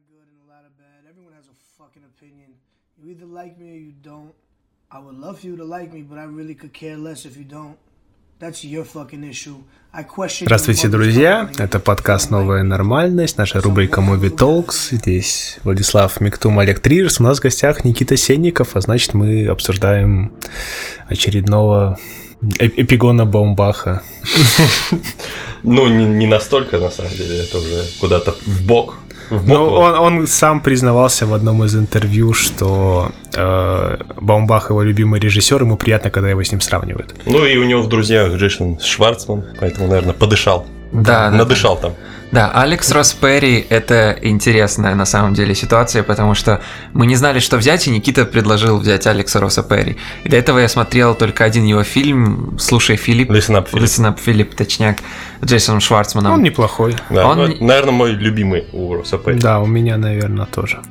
good and a lot of bad. Everyone has a fucking opinion. You either like me or you don't. I would love for you to like me, but I really could care less if you don't. That's your fucking issue. I question. Здравствуйте, друзья! Это подкаст «Новая нормальность», наша рубрика Movie Talks. Здесь Владислав Миктум, Олег Триерс. У нас в гостях Никита Сенников, а значит, мы обсуждаем очередного эпигона Баумбаха. Ну, не настолько, на самом деле, это уже куда-то в бок. Ну, он сам признавался в одном из интервью, что Баумбах его любимый режиссер, ему приятно, когда его с ним сравнивают. Ну, и у него в друзьях Джейсон Шварцман, поэтому, наверное, подышал. Да, надышал там. Да, Алекс Росс Перри — это интересная на самом деле ситуация, потому что мы не знали, что взять, и Никита предложил взять Алекса Росса Перри. И до этого я смотрел только один его фильм «Слушай, Филипп». Listen Up, Филипп, точняк, с Джейсоном Шварцманом. Он неплохой. Да, наверное, мой любимый у Росса Перри. Да, у меня, наверное, тоже.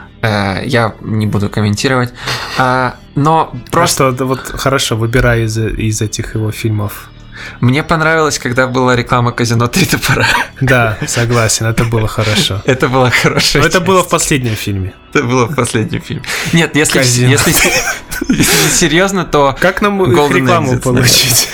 Я не буду комментировать. Но просто... Вот хорошо, выбирай из этих его фильмов. Мне понравилось, когда была реклама «Казино 3 топора». Да, согласен, это было хорошо. Это было хорошо. Но это было в последнем фильме. Это было в последнем фильме. Нет, если серьезно, то... Как нам их рекламу получить?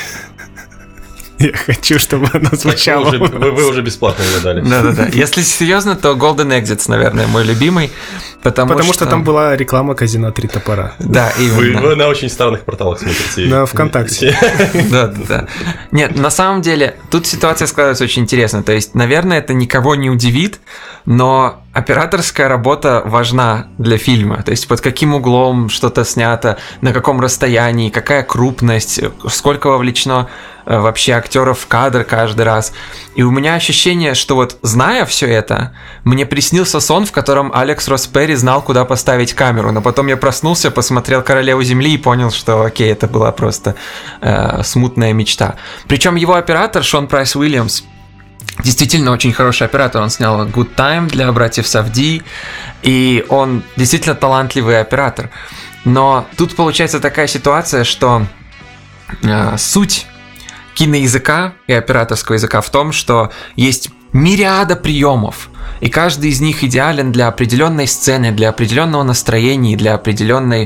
Я хочу, чтобы она звучала. Вы уже бесплатно ее дали. Да. Если серьезно, то Golden Exits, наверное, мой любимый. Потому что там была реклама «Казино 3 топора». Да, именно. Вы на очень странных порталах смотрите. На ВКонтакте. Да. Нет, на самом деле, тут ситуация складывается очень интересно. То есть, наверное, это никого не удивит, но операторская работа важна для фильма. То есть, под каким углом что-то снято, на каком расстоянии, какая крупность, сколько вовлечено вообще актеров в кадр каждый раз. И у меня ощущение, что вот зная все это, мне приснился сон, в котором Алекс Росс Перри знал, куда поставить камеру. Но потом я проснулся, посмотрел «Королеву земли» и понял, что окей, это была просто смутная мечта. Причем его оператор Шон Прайс Уильямс действительно очень хороший оператор. Он снял «Good Time» для братьев Сафдий, и он действительно талантливый оператор. Но тут получается такая ситуация, что суть киноязыка и операторского языка в том, что есть мириада приемов, и каждый из них идеален для определенной сцены, для определенного настроения, для определенной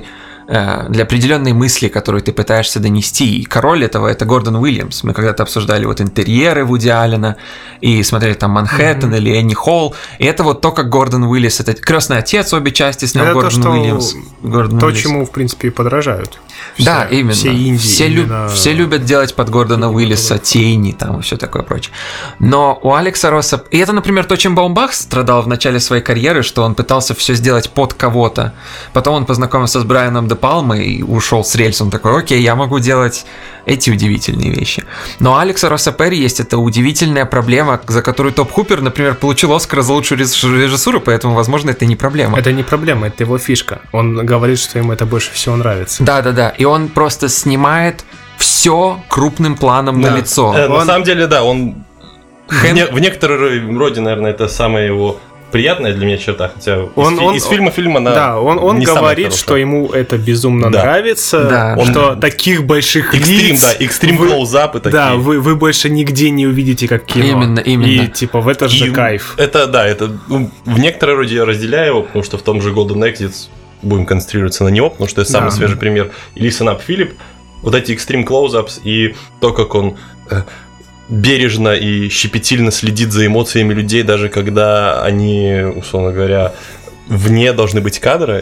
мысли, которую ты пытаешься донести. И король этого — это Гордон Уильямс. Мы когда-то обсуждали вот интерьеры Вуди Аллена и смотрели там «Манхэттен» или «Энни Холл». И это вот то, как Гордон Уиллис, это «Крестный отец», обе части снял это Гордон Уильямс. То, чему, в принципе, и подражают. Да, именно. Все Индии. Все любят делать под Гордона Уиллиса тени там и все такое прочее. Но у Алекса Росса... И это, например, то, чем Баумбах страдал в начале своей карьеры, что он пытался все сделать под кого-то. Потом он познакомился с Брайаном Де Палмой и ушел с рельс. Он такой: окей, я могу делать эти удивительные вещи. Но у Алекса Росса Перри есть эта удивительная проблема, за которую Топ Хупер, например, получил Оскар за лучшую режиссуру, поэтому, возможно, это не проблема. Это не проблема, это его фишка. Он говорит, что ему это больше всего нравится. Да. И он просто снимает все крупным планом на лицо. На самом деле, да, он в некотором роде, наверное, это самая его приятная для меня черта, хотя из фильма она. Да, он говорит, что ему это безумно нравится, что таких больших лиц. Экстрим клоузапы такие. Да, вы больше нигде не увидите, как кино. Именно. И типа в это же кайф. Это в некотором роде я разделяю его, потому что в том же Golden Exits будем концентрироваться на него, потому что это самый свежий пример. Listen Up, Филипп. Вот эти экстрим клоузапс и то, как он бережно и щепетильно следит за эмоциями людей, даже когда они, условно говоря, вне должны быть кадра,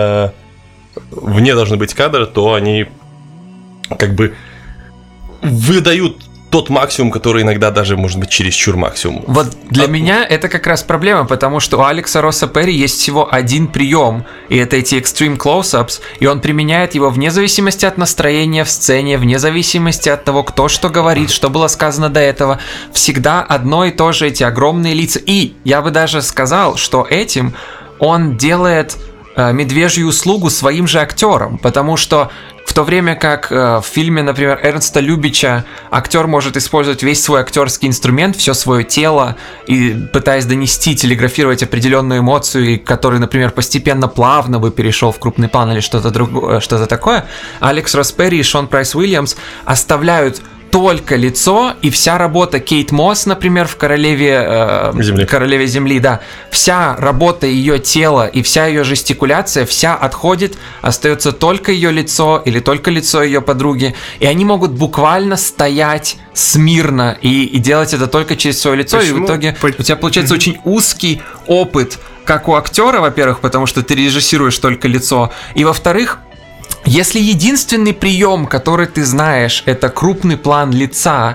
то они как бы выдают тот максимум, который иногда даже может быть чересчур максимум. Вот для меня это как раз проблема, потому что у Алекса Росса Перри есть всего один прием, и это эти extreme close-ups, и он применяет его вне зависимости от настроения в сцене, вне зависимости от того, кто что говорит, что было сказано до этого. Всегда одно и то же эти огромные лица. И я бы даже сказал, что этим он делает медвежью услугу своим же актерам, потому что в то время как в фильме, например, Эрнста Любича актер может использовать весь свой актерский инструмент, все свое тело, и пытаясь донести, телеграфировать определенную эмоцию, который, например, постепенно, плавно бы перешел в крупный план или что-то такое, Алекс Росс Перри и Шон Прайс Уильямс оставляют только лицо, и вся работа Кейт Мосс, например, в «Королеве Земли», да, вся работа ее тела и вся ее жестикуляция, вся отходит, остается только ее лицо или только лицо ее подруги, и они могут буквально стоять смирно и делать это только через свое лицо. Почему? И в итоге у тебя получается очень узкий опыт, как у актера, во-первых, потому что ты режиссируешь только лицо, и во-вторых, если единственный прием, который ты знаешь, это крупный план лица,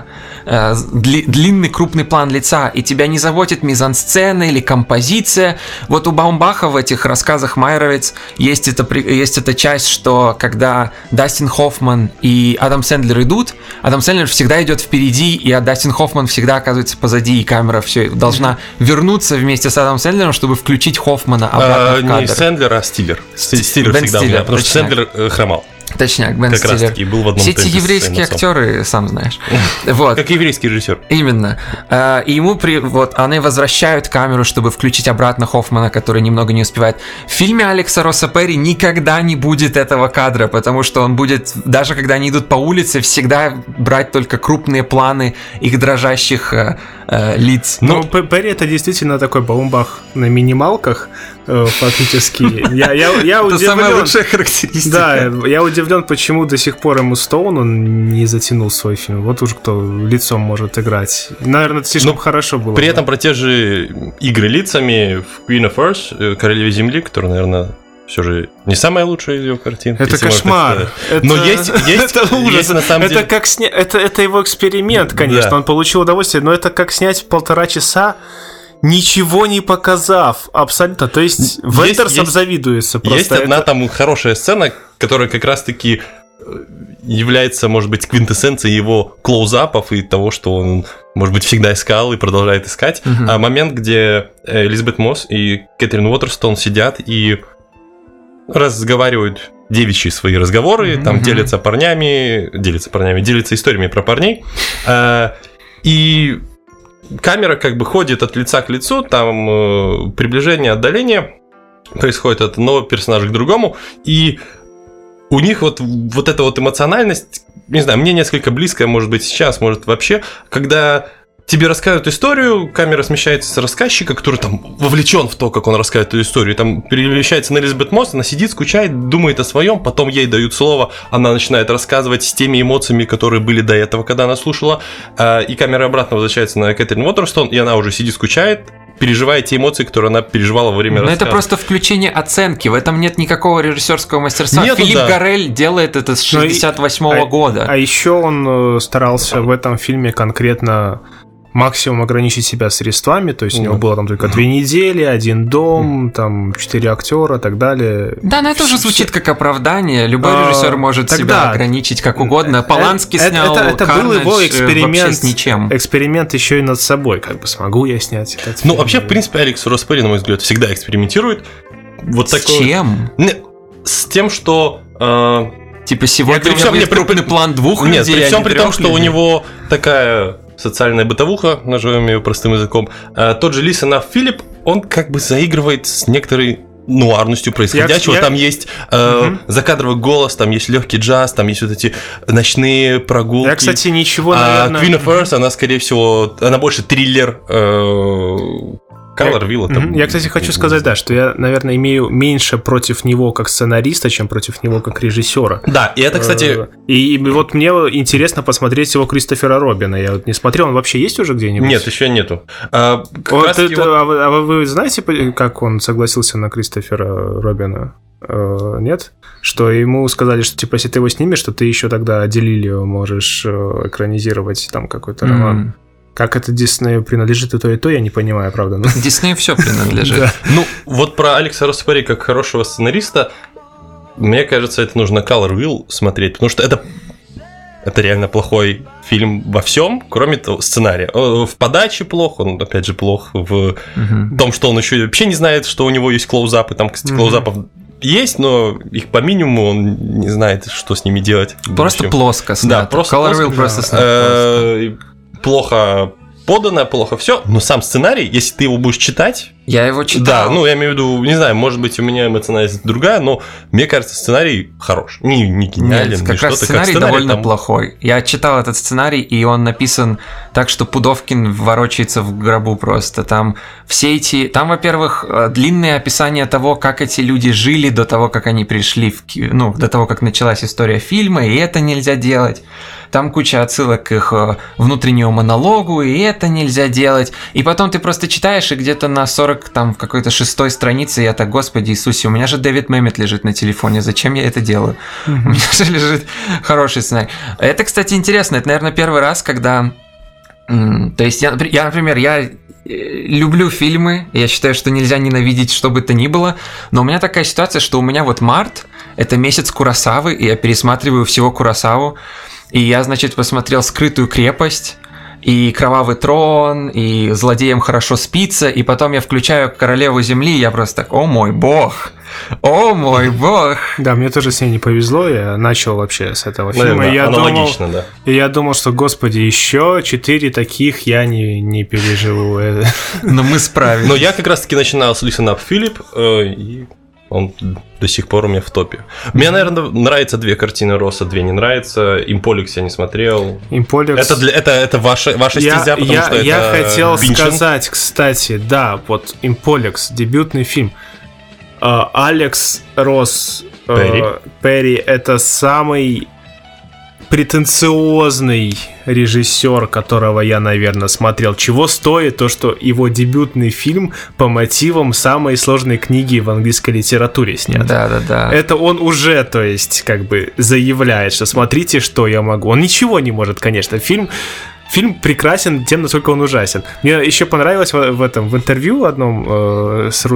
длинный крупный план лица, и тебя не заботит мизансцена или композиция, вот у Баумбаха в этих рассказах Майровиц есть эта часть, что когда Дастин Хоффман и Адам Сэндлер идут, Адам Сэндлер всегда идет впереди, и Дастин Хоффман всегда оказывается позади, и камера все должна вернуться вместе с Адамом Сэндлером, чтобы включить Хоффмана обратно в кадр. Не Сэндлер, а Стиллер. Стиллер всегда у меня, потому что Сэндлер хромал. Точняк, Бен Стиллер. Как раз таки был в одном все эти еврейские актеры, сам знаешь. Вот. Как еврейский режиссер. Именно. И ему они возвращают камеру, чтобы включить обратно Хоффмана, который немного не успевает. В фильме Алекса Росса Перри никогда не будет этого кадра, потому что он будет, даже когда они идут по улице, всегда брать только крупные планы их дрожащих лиц. Ну, Перри это действительно такой Баумбах на минималках, фактически. Я удивлен. Это самая лучшая характеристика. Да, я удивлен, почему до сих пор Эмму Стоун он не затянул свой фильм. Вот уж кто лицом может играть. Наверное, это слишком хорошо было. При этом про те же игры лицами в Queen of Earth, Королеве Земли, которая, наверное, все же не самая лучшая из его картин. Это кошмар. Но есть на самом деле. Это как снять. Это его эксперимент, конечно. Он получил удовольствие, но это как снять 1,5 часа, ничего не показав абсолютно. То есть Вендерс обзавидуется. Есть одна там хорошая сцена, которая как раз-таки является, может быть, квинтэссенцией его клоузапов и того, что он, может быть, всегда искал и продолжает искать. А момент, где Элизабет Мосс и Кэтрин Уотерстон сидят и разговаривают девичьи свои разговоры, там делятся историями про парней. И камера как бы ходит от лица к лицу, там приближение, отдаление происходит от одного персонажа к другому, и у них вот эта вот эмоциональность, не знаю, мне несколько близкая, может быть, сейчас, может, вообще, когда тебе рассказывают историю, камера смещается с рассказчика, который там вовлечен в то, как он рассказывает эту историю, там перемещается на Элизабет Мосс, она сидит, скучает, думает о своем, потом ей дают слово, она начинает рассказывать с теми эмоциями, которые были до этого, когда она слушала, и камера обратно возвращается на Кэтрин Уотерстон, и она уже сидит, скучает, переживая те эмоции, которые она переживала во время рассказа. Но это просто включение оценки, в этом нет никакого режиссерского мастерства. Филипп Гарель делает это с 68-го года. А еще он старался в этом фильме конкретно максимум ограничить себя средствами, то есть у него было там только 2 недели, 1 дом, там 4 актера и так далее. Да, но это уже звучит как оправдание. Любой режиссер может себя ограничить как угодно. Поланский снял это был его эксперимент с ничем. Эксперимент еще и над собой, как бы смогу я снять этот фильм. Ну, вообще, в принципе, Алекс Росс Перри, на мой взгляд, всегда экспериментирует. Вот с чем? С тем, что... Типа сегодня у него есть крупный план 2 людей. Нет, при всем при том, что у него такая социальная бытовуха, назовем ее простым языком, тот же Лисан Филипп, он как бы заигрывает с некоторой нуарностью происходящего. Там есть закадровый голос, там есть легкий джаз, там есть вот эти ночные прогулки. Я, кстати, ничего, наверное... Queen of Earth, она, скорее всего, она больше триллер, Color Wheel. Я, кстати, хочу сказать, да, что я, наверное, имею меньше против него как сценариста, чем против него как режиссера. Да, и это, кстати... И вот мне интересно посмотреть его Кристофера Робина. Я вот не смотрел, он вообще есть уже где-нибудь? Нет, еще нету. А вы знаете, как он согласился на Кристофера Робина? Нет? Что ему сказали, что типа, если ты его снимешь, то ты еще тогда Делилио можешь экранизировать там какой-то роман. Как это Диснею принадлежит и то, я не понимаю, правда. Диснею все принадлежит. Ну, вот про Алекса Росса Перри как хорошего сценариста, мне кажется, это нужно Color Wheel смотреть, потому что это реально плохой фильм во всем, кроме того сценария. В подаче плох, он, опять же, плох в том, что он еще вообще не знает, что у него есть клоузапы. Там, кстати, клоузапов есть, но их по минимуму, он не знает, что с ними делать. Просто плоско снято. Да, просто Color Wheel просто снято. Плохо подано, плохо все, но сам сценарий, если ты его будешь читать, Я его читал. Да, я имею в виду, не знаю, может быть, у меня эмоциональность другая, но мне кажется, сценарий хорош. Не гениален, Нет, как раз сценарий довольно плохой. Я читал этот сценарий, и он написан так, что Пудовкин ворочается в гробу просто. Там там, во-первых, длинные описания того, как эти люди жили до того, как они пришли до того, как началась история фильма, и это нельзя делать. Там куча отсылок к их внутреннему монологу, и это нельзя делать. И потом ты просто читаешь, и где-то на 40, там, в какой-то 6-й странице я так, Господи Иисусе, у меня же Дэвид Мэммет лежит на телефоне, зачем я это делаю? У меня же лежит хороший сценарий. Это, кстати, интересно, это, наверное, первый раз, когда... То есть я, например, люблю фильмы, я считаю, что нельзя ненавидеть что бы то ни было, но у меня такая ситуация, что у меня вот март – это месяц Куросавы, и я пересматриваю всего Куросаву, и я, значит, посмотрел «Скрытую крепость», и «Кровавый трон», и «Злодеям хорошо спится», и потом я включаю «Королеву земли», и я просто так, о мой бог! О мой бог! Да, мне тоже с ней не повезло, я начал вообще с этого фильма. Аналогично, да. И я думал, что, господи, еще 4 таких я не переживу. Но мы справились. Но я как раз-таки начинал с Listen Up Philip, и он до сих пор у меня в топе. Мне, наверное, нравятся 2 картины Росса, 2 не нравятся. Имполикс я не смотрел. Имполикс... Это ваша стезя, потому что я это хотел Пинчен. сказать, кстати, да, вот Имполикс, дебютный фильм. Алекс Росс Перри – это самый претенциозный режиссер, которого я, наверное, смотрел. Чего стоит то, что его дебютный фильм по мотивам самой сложной книги в английской литературе снят. Да. Это он уже, то есть, как бы заявляет, что смотрите, что я могу. Он ничего не может, конечно. Фильм прекрасен тем, насколько он ужасен. Мне еще понравилось в интервью одном с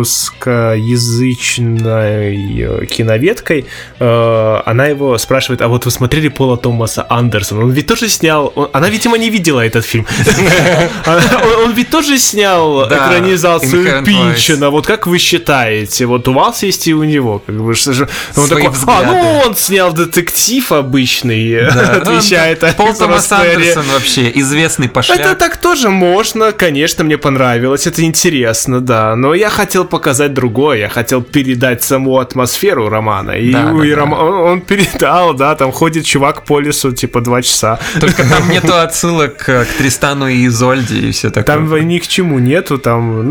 русскоязычной киноведкой, она его спрашивает, а вот вы смотрели Пола Томаса Андерсона? Он ведь тоже снял... Она, видимо, не видела этот фильм. Он ведь тоже снял экранизацию Пинчена. Вот как вы считаете? Вот у вас есть и у него? Он такой, он снял детектив обычный, отвечает Пол Томас Андерсон вообще известный пошляк. Это так тоже можно, конечно, мне понравилось, это интересно, да, но я хотел показать другое, я хотел передать саму атмосферу романа, и он передал, да, там ходит чувак по лесу, типа 2 часа. Только там нету отсылок к Тристану и Изольде и все такое. Там ни к чему нету, там,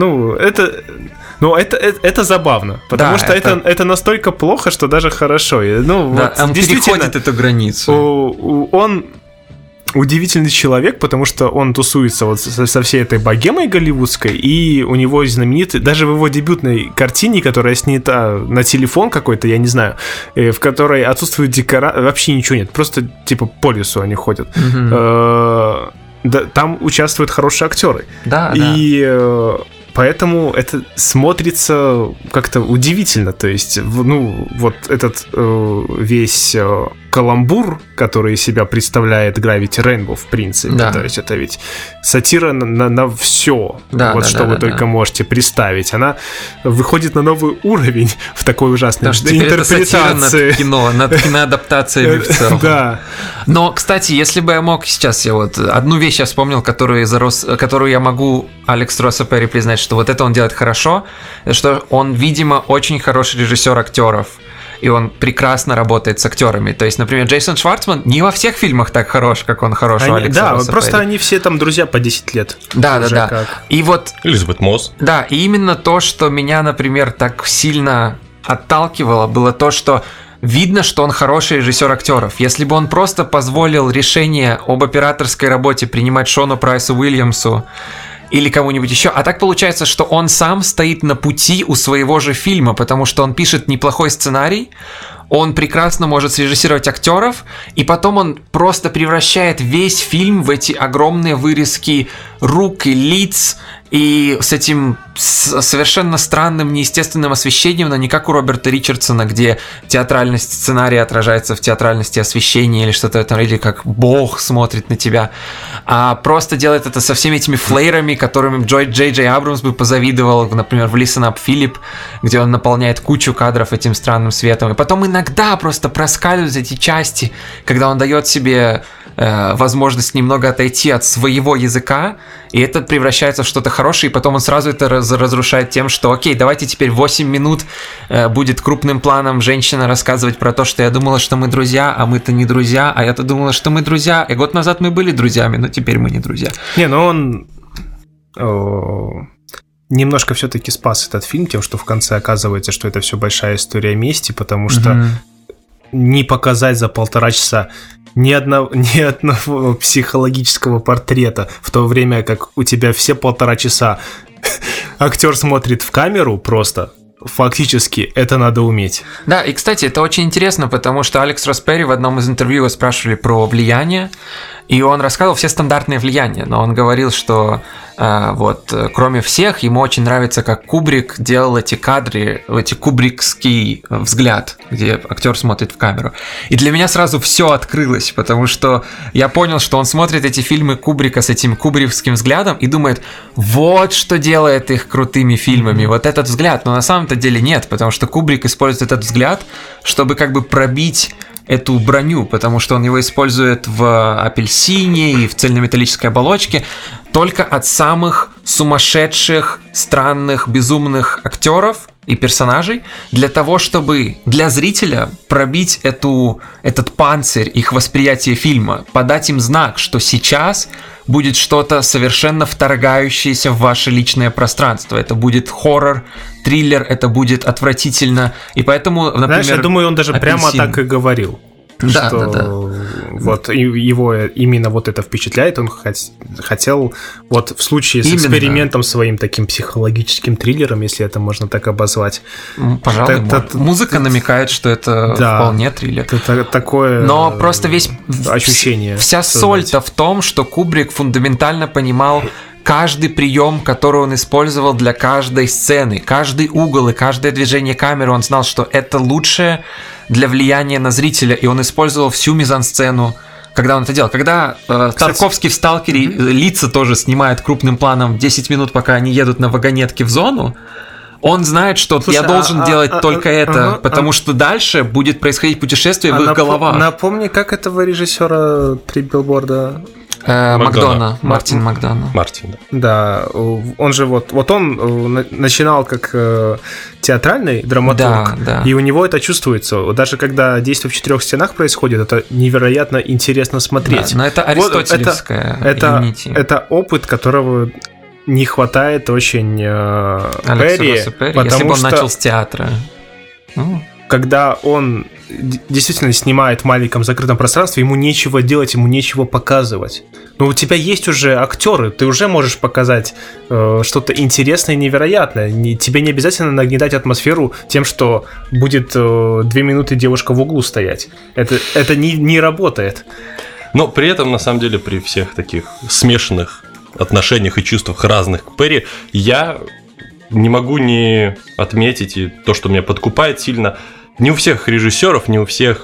это забавно, потому что это настолько плохо, что даже хорошо. Он переходит эту границу. Он удивительный человек, потому что он тусуется вот со всей этой богемой голливудской, и у него знаменитый, даже в его дебютной картине, которая снята на телефон какой-то, я не знаю, в которой отсутствует вообще ничего нет, просто типа по лесу они ходят. Там участвуют хорошие актеры. Поэтому это смотрится как-то удивительно. То есть, вот этот весь каламбур, который из себя представляет Gravity Rainbow, в принципе. Да. То есть, это ведь сатира на все, что вы только можете представить. Она выходит на новый уровень в такой ужасной интерпретации. Это над кино, над киноадаптациями в целом. Да. Но, кстати, если бы я мог сейчас, я вот одну вещь я вспомнил, которую я могу Алексу Россу Перри признать, что вот это он делает хорошо, что он, видимо, очень хороший режиссер актеров. И он прекрасно работает с актерами. То есть, например, Джейсон Шварцман не во всех фильмах так хорош, как он хорош у Алекса Росса Перри. Просто они все там друзья по 10 лет. Да. И вот... Элизабет Мосс. Да, и именно то, что меня, например, так сильно отталкивало, было то, что видно, что он хороший режиссер актеров. Если бы он просто позволил решение об операторской работе принимать Шону Прайсу Уильямсу или кому-нибудь еще. А так получается, что он сам стоит на пути у своего же фильма, потому что он пишет неплохой сценарий, он прекрасно может срежиссировать актеров, и потом он просто превращает весь фильм в эти огромные вырезки рук и лиц, и с этим совершенно странным, неестественным освещением, но не как у Роберта Ричардсона, где театральность сценария отражается в театральности освещения или что-то это, или как Бог смотрит на тебя, а просто делает это со всеми этими флеерами, которыми Джей Джей Абрамс бы позавидовал, например, в Listen Up Philip, где он наполняет кучу кадров этим странным светом, и потом иногда просто проскальзывают эти части, когда он дает себе возможность немного отойти от своего языка, и это превращается в что-то хороший, и потом он сразу это разрушает тем, что окей, давайте теперь 8 минут будет крупным планом женщина рассказывать про то, что я думала, что мы друзья, а мы-то не друзья, а я-то думала, что мы друзья, и год назад мы были друзьями, но теперь мы не друзья. Не, ну он немножко все-таки спас этот фильм тем, что в конце оказывается, что это все большая история мести, потому что не показать за 1,5 часа ни одного психологического портрета, в то время как у тебя все 1,5 часа актер смотрит в камеру просто. Фактически это надо уметь. Да, и, кстати, это очень интересно, потому что Алекс Росс Перри в одном из интервью его спрашивали про влияние, и он рассказывал все стандартные влияния, но он говорил, что кроме всех, ему очень нравится, как Кубрик делал эти кадры, эти кубрикский взгляд, где актер смотрит в камеру. И для меня сразу все открылось, потому что я понял, что он смотрит эти фильмы Кубрика с этим кубриковским взглядом и думает, вот что делает их крутыми фильмами, вот этот взгляд. Но на самом-то деле нет, потому что Кубрик использует этот взгляд, чтобы как бы пробить эту броню, потому что он его использует в «Апельсине» и в «Цельнометаллической оболочке» только от самых сумасшедших, странных, безумных актеров и персонажей для того, чтобы для зрителя пробить этот панцирь их восприятия фильма, подать им знак, что сейчас будет что-то совершенно вторгающееся в ваше личное пространство. Это будет хоррор, триллер, это будет отвратительно. И поэтому, например... Знаешь, я думаю, он даже «Апельсин» прямо так и говорил. Да, что да. Вот его именно вот это впечатляет. Он хотел вот в случае с экспериментом своим таким психологическим триллером, если это можно так обозвать. Пожалуй, музыка намекает, что это вполне триллер. Это такое. Но просто ощущение. Вся соль-то в том, что Кубрик фундаментально понимал каждый прием, который он использовал для каждой сцены, каждый угол и каждое движение камеры, он знал, что это лучшее для влияния на зрителя, и он использовал всю мизансцену, когда он это делал. Когда Тарковский в «Сталкере» лица тоже снимает крупным планом 10 минут, пока они едут на вагонетке в зону, он знает, что я должен делать только это, потому что дальше будет происходить путешествие в их головах. Напомни, как этого режиссера «Три билборда»? Мартин Макдона. Мартин, да. Он же он начинал как театральный драматург, да. И у него это чувствуется. Даже когда действие в 4 стенах происходит, это невероятно интересно смотреть. Да, но это аристотелевская Unity. Это опыт, которого не хватает очень Перри, потому если бы он что начал с театра. Когда он действительно снимает в маленьком закрытом пространстве, ему нечего делать, ему нечего показывать. Но у тебя есть уже актеры, ты уже можешь показать что-то интересное и невероятное. Тебе не обязательно нагнетать атмосферу тем, что будет 2 минуты девушка в углу стоять. Это не работает. Но при этом, на самом деле, при всех таких смешанных отношениях и чувствах разных к Перри, я не могу не отметить и то, что меня подкупает сильно. Не у всех режиссеров, не у всех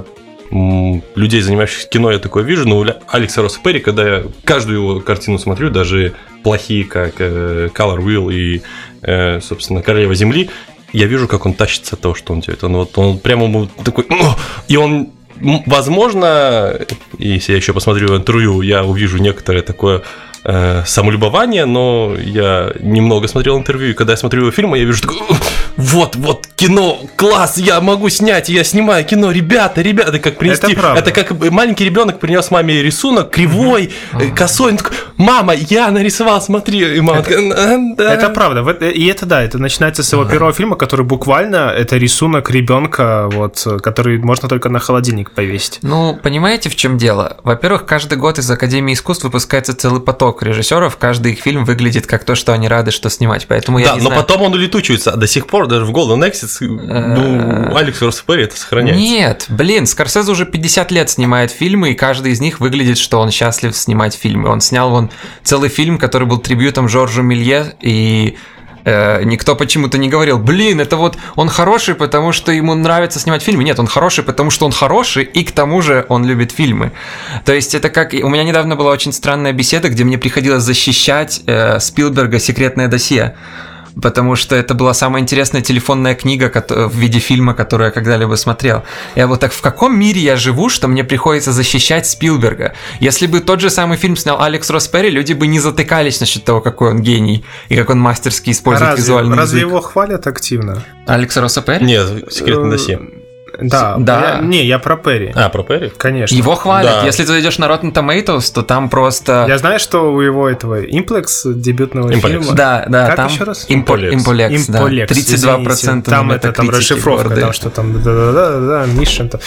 людей, занимающихся кино, я такое вижу, но у Алекса Росса Перри, когда я каждую его картину смотрю, даже плохие, как Color Wheel и, собственно, Королева Земли, я вижу, как он тащится от того, что он делает. Он прямо такой... И он, возможно, если я еще посмотрю интервью, я увижу некоторое такое самолюбование, но я немного смотрел интервью, и когда я смотрю его фильмы, я вижу такой, вот, кино, класс, я могу снять, я снимаю кино, ребята, как принести. Это как маленький ребенок принес маме рисунок, кривой, косой, он такой, мама, я нарисовал, смотри, и мама такая, да. Это правда, и это начинается с его первого фильма, который буквально, это рисунок ребенка, который можно только на холодильник повесить. Ну, понимаете, в чем дело? Во-первых, каждый год из Академии искусств выпускается целый поток режиссеров, каждый их фильм выглядит как то, что они рады, что снимать, поэтому я не знаю. Да, но потом он улетучивается, а до сих пор даже в Golden Exit, Алекс Росс Перри это сохраняется. Нет, Скорсезе уже 50 лет снимает фильмы, и каждый из них выглядит, что он счастлив снимать фильмы. Он снял целый фильм, который был трибьютом Жоржу Мелье, и никто почему-то не говорил, это он хороший, потому что ему нравится снимать фильмы. Нет, он хороший, потому что он хороший, и к тому же он любит фильмы. То есть это как... У меня недавно была очень странная беседа, где мне приходилось защищать Спилберга «Секретное досье». потому что это была самая интересная телефонная книга в виде фильма, которую я когда-либо смотрел. Я вот так, в каком мире я живу, что мне приходится защищать Спилберга? Если бы тот же самый фильм снял Алекс Росс Перри, люди бы не затыкались насчет того, какой он гений и как он мастерски использует визуальный язык. Разве его хвалят активно? Алекса Росса Перри? Нет, «Секретное досье». Да. Я про Перри. Про Перри? Конечно. Его хвалят. Да. Если ты зайдешь на Rotten Tomatoes, то там просто... Я знаю, что у его этого Имплекс дебютного фильма... Да, как там... еще раз? Имполекс, да. 32% там это там расшифровка, там что там... Да, Мишин-то...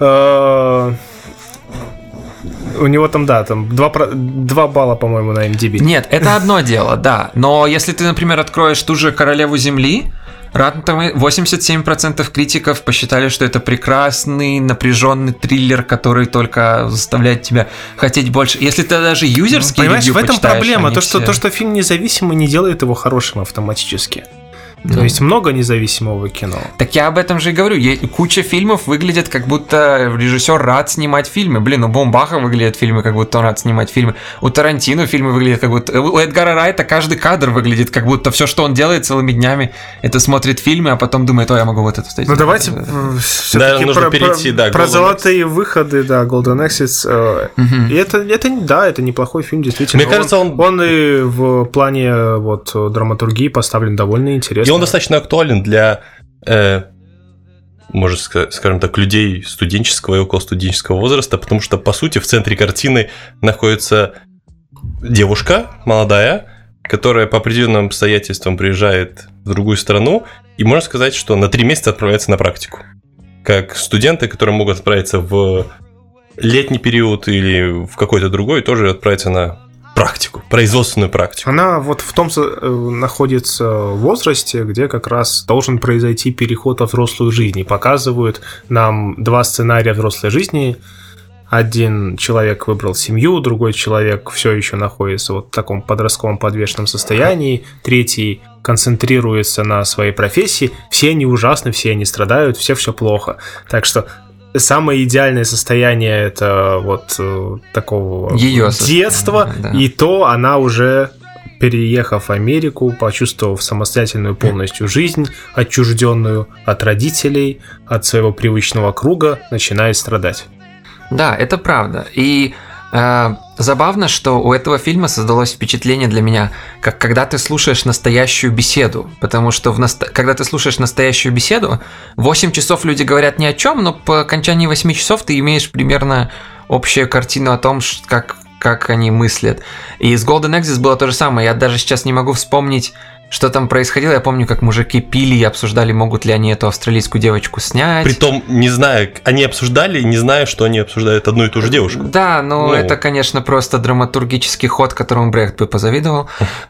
У него там, да, там 2 балла, по-моему, на MDB. Нет, это одно дело, да. Но если ты, например, откроешь ту же «Королеву Земли», 87% критиков посчитали, что это прекрасный, напряженный триллер, который только заставляет тебя хотеть больше. Если ты даже юзерский ревью почитаешь... Понимаешь, в этом проблема. То, что фильм независимый, не делает его хорошим автоматически. То есть много независимого кино. Так я об этом же и говорю. Куча фильмов выглядит, как будто режиссер рад снимать фильмы. Блин, у Бомбаха выглядят фильмы, как будто он рад снимать фильмы. У Тарантино фильмы выглядят, как будто... У Эдгара Райта каждый кадр выглядит, как будто все, что он делает целыми днями, это смотрит фильмы, а потом думает, я могу вот это вставить. Ну давайте все-таки про золотые выходы, да, Golden Exits. И это неплохой фильм, действительно. Мне кажется, он и в плане вот драматургии поставлен довольно интересно. И он достаточно актуален для, может, скажем так, людей студенческого и околостуденческого возраста, потому что, по сути, в центре картины находится девушка молодая, которая по определенным обстоятельствам приезжает в другую страну, и можно сказать, что на 3 месяца отправляется на практику. Как студенты, которые могут отправиться в летний период или в какой-то другой, тоже отправиться на практику, производственную практику. Она вот в том находится возрасте, где как раз должен произойти переход во взрослую жизнь. И показывают нам 2 сценария взрослой жизни. Один человек выбрал семью, другой человек все еще находится вот в таком подростковом подвешенном состоянии, третий концентрируется на своей профессии. Все они ужасны, все они страдают, все плохо. Так что самое идеальное состояние это вот такого её детства, да. И то она уже, переехав в Америку, почувствовав самостоятельную полностью жизнь, отчужденную от родителей, от своего привычного круга, начинает страдать. Да, это правда. И забавно, что у этого фильма создалось впечатление для меня, как когда ты слушаешь настоящую беседу. Потому что когда ты слушаешь настоящую беседу, 8 часов люди говорят ни о чем, но по окончании 8 часов ты имеешь примерно общую картину о том, как они мыслят. И с Golden Exits было то же самое. Я даже сейчас не могу вспомнить, что там происходило. Я помню, как мужики пили и обсуждали, могут ли они эту австралийскую девочку снять. Притом, не зная, они обсуждали, не зная, что они обсуждают одну и ту же девушку. Да, но это, конечно, просто драматургический ход, которому Брехт бы позавидовал.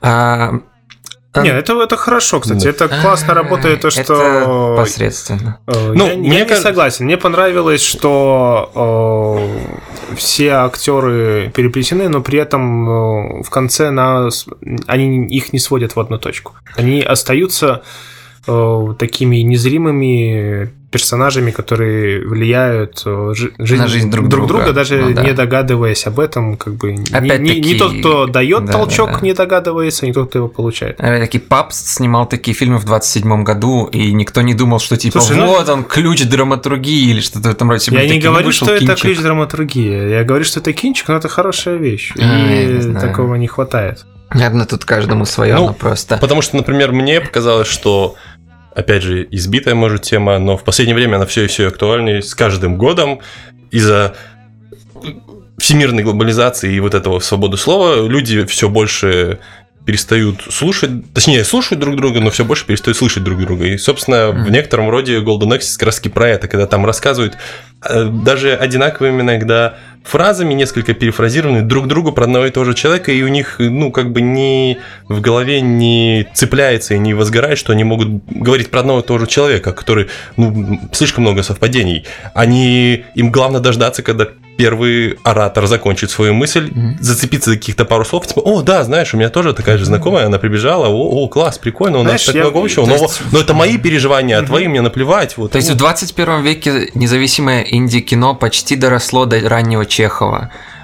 Нет, это хорошо, кстати. Это классно работает, то, что... Это посредственно. Я не согласен. Мне понравилось, что все актеры переплетены, но при этом в конце они их не сводят в одну точку. Они остаются такими незримыми персонажами, которые влияют на жизнь друг друга, даже не догадываясь об этом, как бы не тот, кто дает толчок, не догадывается, не тот, кто его получает. Опять-таки, Папст снимал такие фильмы в 27-м году, и никто не думал, что типа вот он, ключ драматургии или что-то в этом роде. Я не говорю, что это ключ драматургии, я говорю, что это кинчик, но это хорошая вещь, и такого не хватает. Наверное, тут каждому свое, просто. Потому что, например, мне показалось, что опять же, избитая, может, тема, но в последнее время она все и все актуальнее с каждым годом из-за всемирной глобализации и вот этого свободы слова люди все больше перестают слушать, точнее, слушают друг друга, но все больше перестают слышать друг друга. И, собственно, в некотором роде Golden Exits как раз про это, когда там рассказывают даже одинаковыми иногда фразами, несколько перефразированными друг другу про одного и того же человека, и у них, как бы ни в голове не цепляется и не возгорает, что они могут говорить про одного и того же человека, который, слишком много совпадений. Им главное дождаться, когда первый оратор закончит свою мысль, зацепиться за каких-то пару слов, типа, да, знаешь, у меня тоже такая же знакомая, она прибежала, класс, прикольно, у нас так много общего, но это мои переживания, а твои мне наплевать. То есть в 21 веке независимое инди-кино почти доросло до раннего Чехова.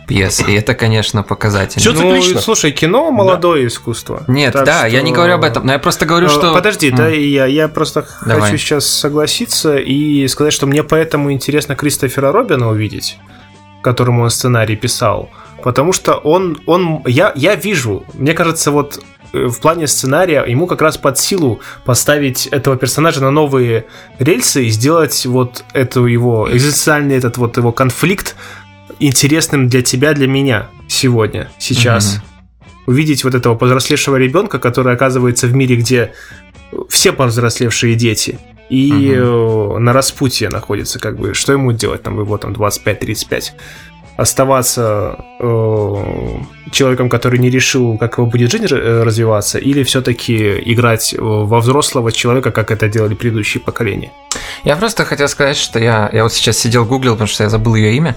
пьес, и это, конечно, показательно. Всё циклично. Слушай, кино молодое искусство. Нет, так да, что... я не говорю об этом, но я просто говорю, что... Подожди, да, я просто хочу сейчас согласиться и сказать, что мне поэтому интересно Кристофера Робина увидеть, которому он сценарий писал, потому что я вижу, мне кажется, вот в плане сценария ему как раз под силу поставить этого персонажа на новые рельсы и сделать вот эту его экзистенциальный этот вот его конфликт интересным для тебя, для меня сегодня, сейчас. Увидеть вот этого повзрослевшего ребенка, который оказывается в мире, где все повзрослевшие дети и на распутье находится, как бы, что ему делать, там, его там 25-35. Оставаться человеком, который не решил, как его будет жизнь развиваться, или все-таки играть во взрослого человека, как это делали предыдущие поколения? Я просто хотел сказать, что я вот сейчас сидел гуглил, потому что я забыл ее имя.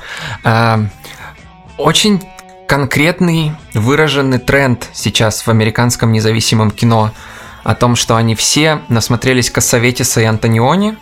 Очень конкретный выраженный тренд сейчас в американском независимом кино о том, что они все насмотрелись Кассаветиса и Антониони,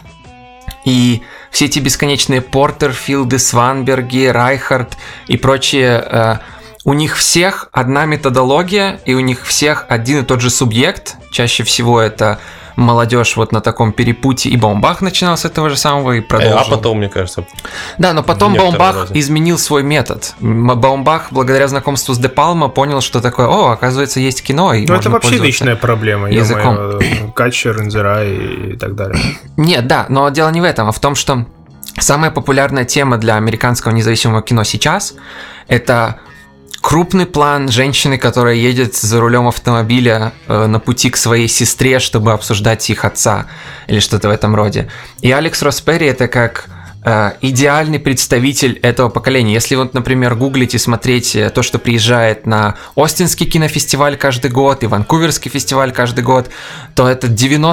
и все эти бесконечные Портерфилды, Сванберги, Райхард и прочие, у них всех одна методология, и у них всех один и тот же субъект. Чаще всего это молодежь вот на таком перепутье, и Баумбах начинал с этого же самого и продолжил. А потом, мне кажется... Да, но потом Баумбах изменил свой метод. Баумбах, благодаря знакомству с Де Пальмо, понял, что такое, оказывается, есть кино, и ну, это вообще вечная проблема. Языком. Catcher in the Rye и так далее. Нет, да, но дело не в этом, а в том, что самая популярная тема для американского независимого кино сейчас – это крупный план женщины, которая едет за рулем автомобиля на пути к своей сестре, чтобы обсуждать их отца или что-то в этом роде. И Алекс Росс Перри – это как идеальный представитель этого поколения. Если вот, например, гуглить и смотреть то, что приезжает на Остинский кинофестиваль каждый год и Ванкуверский фестиваль каждый год, то это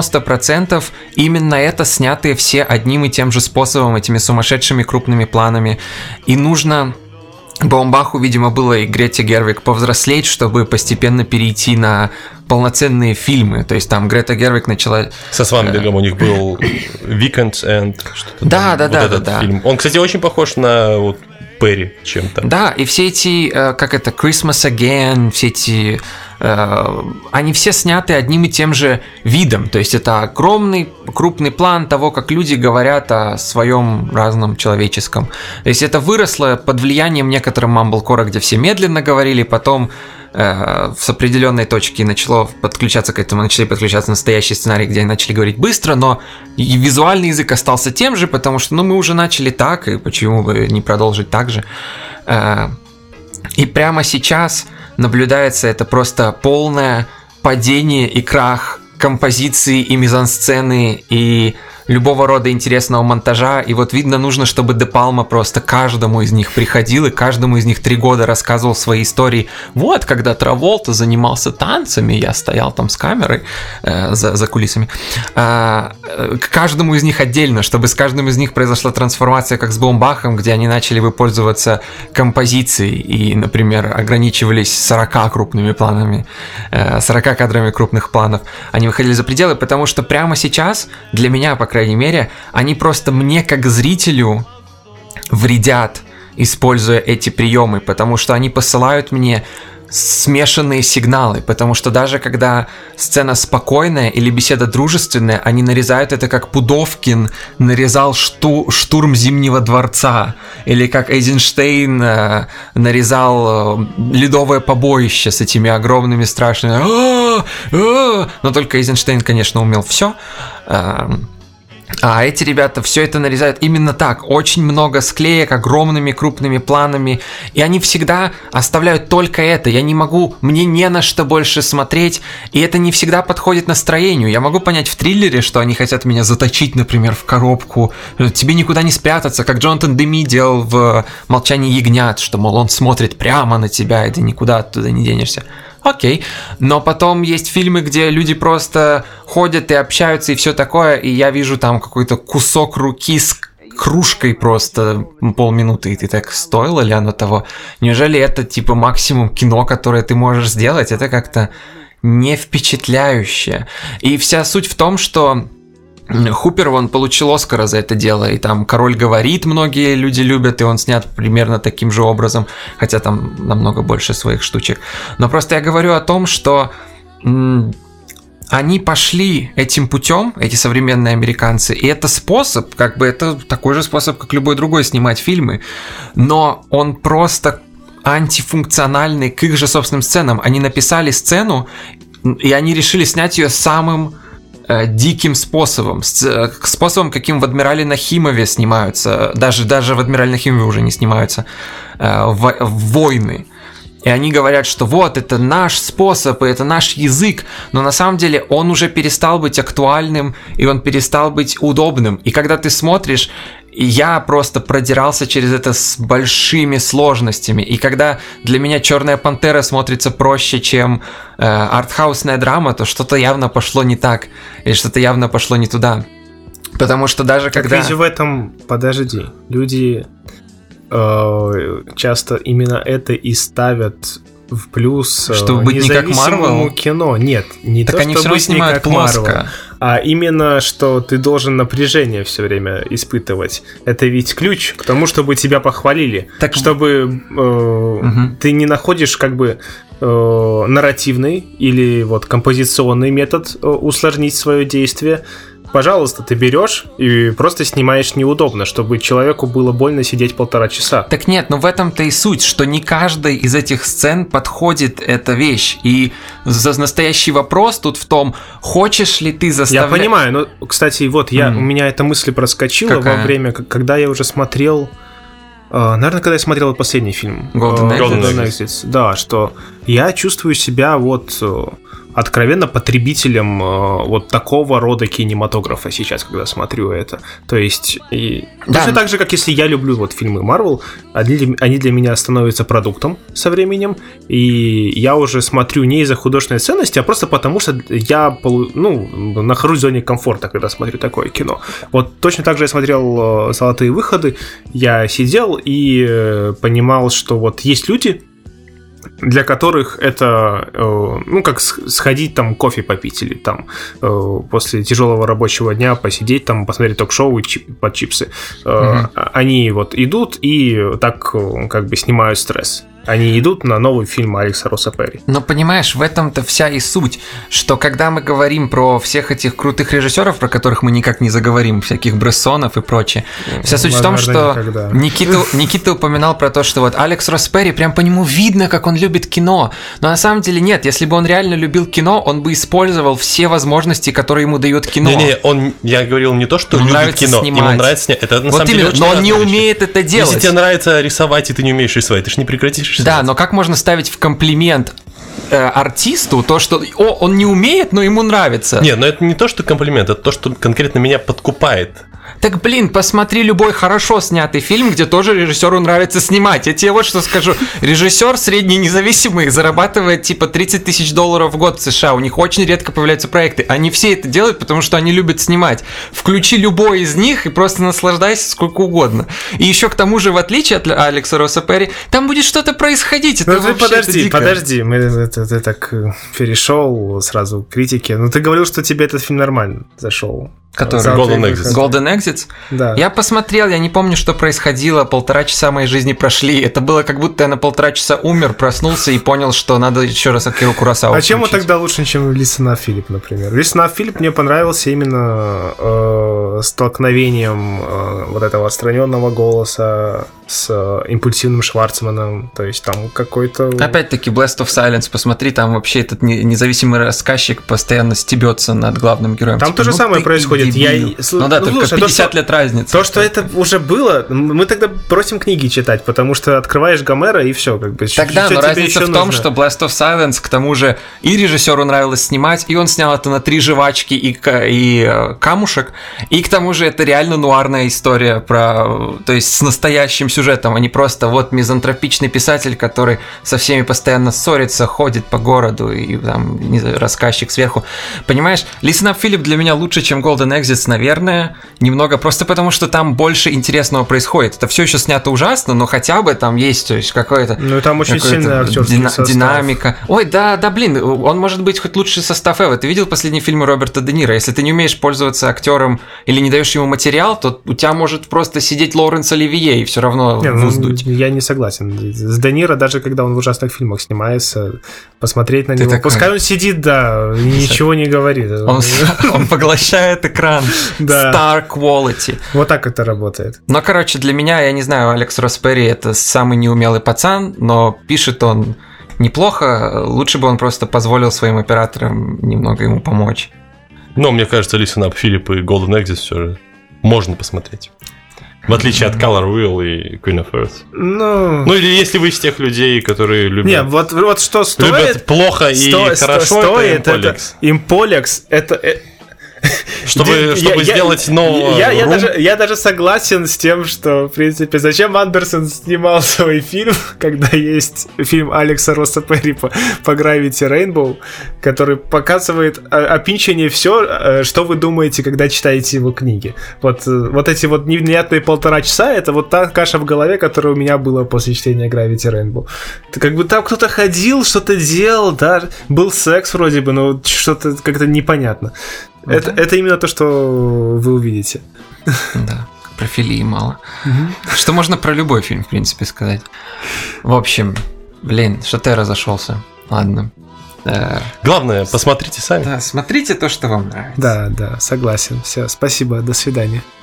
90% именно это снятые все одним и тем же способом, этими сумасшедшими крупными планами. И нужно... Баумбаху, видимо, было и Грете Гервиг повзрослеть, чтобы постепенно перейти на полноценные фильмы. То есть там Грета Гервиг начала... Со Сванбергом у них был Weekend and что-то. Да. Фильм. Он, кстати, очень похож на вот Перри чем-то. Да, и все эти, Christmas Again, все эти... они все сняты одним и тем же видом. То есть это огромный, крупный план того, как люди говорят о своем разном человеческом. То есть это выросло под влиянием некоторого мамблкора, где все медленно говорили, потом с определенной точки начали подключаться настоящие сценарии, где они начали говорить быстро, но и визуальный язык остался тем же, потому что мы уже начали так, и почему бы не продолжить так же. И прямо сейчас наблюдается это просто полное падение и крах композиции и мизансцены и любого рода интересного монтажа. И вот видно, нужно, чтобы Де Пальмо просто каждому из них приходил и каждому из них 3 года рассказывал свои истории. Вот, когда Траволта занимался танцами, я стоял там с камерой за кулисами. К каждому из них отдельно, чтобы с каждым из них произошла трансформация, как с Баумбахом, где они начали пользоваться композицией и, например, ограничивались 40 крупными планами, 40 кадрами крупных планов. Они выходили за пределы, потому что прямо сейчас, для меня, по крайней мере, они просто мне, как зрителю, вредят, используя эти приемы, потому что они посылают мне смешанные сигналы, потому что даже когда сцена спокойная или беседа дружественная, они нарезают это как Пудовкин нарезал штурм Зимнего дворца, или как Эйзенштейн нарезал Ледовое побоище с этими огромными страшными... Но только Эйзенштейн, конечно, умел все. А эти ребята все это нарезают именно так. Очень много склеек, огромными крупными планами. И они всегда оставляют только это. Мне не на что больше смотреть. И это не всегда подходит настроению. Я могу понять в триллере, что они хотят меня заточить, например, в коробку. Тебе никуда не спрятаться, как Джонатан Деми делал в «Молчании ягнят», что, мол, он смотрит прямо на тебя, и ты никуда оттуда не денешься. Окей, но потом есть фильмы, где люди просто ходят и общаются и все такое, и я вижу там какой-то кусок руки с кружкой просто полминуты, и ты так, стоило ли оно того? Неужели это типа максимум кино, которое ты можешь сделать? Это как-то не впечатляюще. И вся суть в том, что Хупер, он получил Оскара за это дело, и там «Король говорит» многие люди любят, и он снят примерно таким же образом, хотя там намного больше своих штучек. Но просто я говорю о том, что они пошли этим путем, эти современные американцы, и это способ, как бы это такой же способ, как любой другой снимать фильмы, но он просто антифункциональный к их же собственным сценам. Они написали сцену, и они решили снять ее самым диким способом, каким в «Адмирале Нахимове» снимаются, даже в «Адмирале Нахимове» уже не снимаются войны. И они говорят, что вот, это наш способ, и это наш язык, но на самом деле он уже перестал быть актуальным, и он перестал быть удобным. И когда ты смотришь, я просто продирался через это с большими сложностями. И когда для меня «Черная пантера» смотрится проще, чем артхаусная драма, то что-то явно пошло не так, и что-то явно пошло не туда. Потому что даже так когда... ведь в этом, подожди, люди... часто именно это и ставят в плюс чтобы быть не как Марвел кино. Нет, не так то, они что все равно быть не снимают как плоско. Marvel, а именно, что ты должен напряжение все время испытывать. Это ведь ключ к тому, чтобы тебя похвалили. Так... Чтобы ты не находишь как бы нарративный или вот композиционный метод усложнить свое действие. Пожалуйста, ты берешь и просто снимаешь неудобно, чтобы человеку было больно сидеть 1,5 часа. Так нет, но в этом-то и суть, что не каждой из этих сцен подходит эта вещь. И настоящий вопрос тут в том, хочешь ли ты заставлять... Я понимаю, но, кстати, вот у меня эта мысль проскочила во время, когда я уже смотрел... Наверное, когда я смотрел последний фильм Golden Exits. Да, что я чувствую себя вот... откровенно потребителем вот такого рода кинематографа сейчас, когда смотрю это. То есть, точно так же, как если я люблю вот фильмы Marvel, они для меня становятся продуктом со временем, и я уже смотрю не из-за художественной ценности, а просто потому, что я нахожусь в зоне комфорта, когда смотрю такое кино. Вот точно так же я смотрел «Золотые выходы», я сидел и понимал, что вот есть люди, для которых это, как сходить там кофе попить или там после тяжелого рабочего дня посидеть там, посмотреть ток-шоу под чипсы. Они вот идут и так как бы снимают стресс. Они идут на новый фильм Алекса Росса Перри. Но понимаешь, в этом-то вся и суть, что когда мы говорим про всех этих крутых режиссеров, про которых мы никак не заговорим, всяких Брессонов и прочее, вся суть в том, что Никита упоминал про то, что вот Алекс Росс Перри, прям по нему видно, как он любит кино. Но на самом деле нет, если бы он реально любил кино, он бы использовал все возможности, которые ему дает кино. Я говорил не то, что ему любит кино, ему нравится снять. Это на самом деле очень но он не умеет это делать. Если тебе нравится рисовать, и ты не умеешь рисовать, ты же не прекратишь. Да, но как можно ставить в комплимент артисту то, что он не умеет, но ему нравится? Нет, но это не то, что комплимент, это то, что конкретно меня подкупает. Так, посмотри любой хорошо снятый фильм, где тоже режиссеру нравится снимать. Я тебе вот что скажу. Режиссер средний независимый зарабатывает типа $30 тысяч в год в США. У них очень редко появляются проекты. Они все это делают, потому что они любят снимать. Включи любой из них и просто наслаждайся сколько угодно. И еще к тому же, в отличие от Алекса Росса Перри, там будет что-то происходить. Это подожди, ты так перешел сразу к критике. Но ты говорил, что тебе этот фильм нормально зашел. Который? Golden Exits? Да. Я посмотрел, я не помню, что происходило, 1,5 часа моей жизни прошли. Это было как будто я на 1,5 часа умер, проснулся и понял, что надо еще раз Акиру Куросаву включить. Чем он тогда лучше, чем Listen Up Philip, например? Listen Up Philip мне понравился именно столкновением вот этого отстраненного голоса с импульсивным Шварцманом. То есть там какой-то... Опять-таки, Blast of Silence, посмотри, там вообще этот независимый рассказчик постоянно стебется над главным героем. Там то же самое происходит. Только 50 лет разницы. То, что это уже было, мы тогда просим книги читать, потому что открываешь Гомера и все. Тогда, но разница в том, что Blast of Silence, к тому же, и режиссеру нравилось снимать, и он снял это на 3 жвачки и камушек, и к тому же это реально нуарная история то есть с настоящим сюжетом, а не просто вот мизантропичный писатель, который со всеми постоянно ссорится, ходит по городу, и там рассказчик сверху. Понимаешь, Listen Up Philip для меня лучше, чем Golden Golden Exits, наверное, немного просто потому, что там больше интересного происходит. Это все еще снято ужасно, но хотя бы там есть, то есть какое-то... Ну, там очень сильная актерский состав. Динамика. Ой, да, блин, он может быть хоть лучший состав Эва. Ты видел последние фильмы Роберта Де Ниро? Если ты не умеешь пользоваться актером или не даешь ему материал, то у тебя может просто сидеть Лоуренс Оливье и все равно вздуть. Я не согласен. С Де Ниро, даже когда он в ужасных фильмах снимается, посмотреть на него. Пускай он сидит, да, и ничего не говорит. Он поглощает экран. Star quality. Вот так это работает. Но, короче, для меня, я не знаю, Алекс Росс Перри — это самый неумелый пацан, но пишет он неплохо. Лучше бы он просто позволил своим операторам немного ему помочь. Но мне кажется, Listen Up Philip и Golden Exits все же можно посмотреть. В отличие от Color Wheel и Queen of Earth. Ну, или если вы из тех людей, которые любят... Не, вот что стоит... Любят плохо и хорошо, стоит, это Impolex. Это... Чтобы сделать нового... Я даже согласен с тем, что, в принципе, зачем Андерсон снимал свой фильм, когда есть фильм Алекса Росса Перри по Gravity Rainbow, который показывает опинчение все, что вы думаете, когда читаете его книги. Вот эти вот невнятные 1,5 часа, это вот та каша в голове, которая у меня была после чтения Gravity Rainbow. Как бы там кто-то ходил, что-то делал, да, был секс вроде бы, но что-то как-то непонятно. Это именно то, что вы увидите. Да, про филии мало. Что можно про любой фильм, в принципе, сказать. В общем, блин, что ты разошелся. Ладно. Главное, посмотрите сами. Да, смотрите то, что вам нравится. Да, согласен. Все, спасибо, до свидания.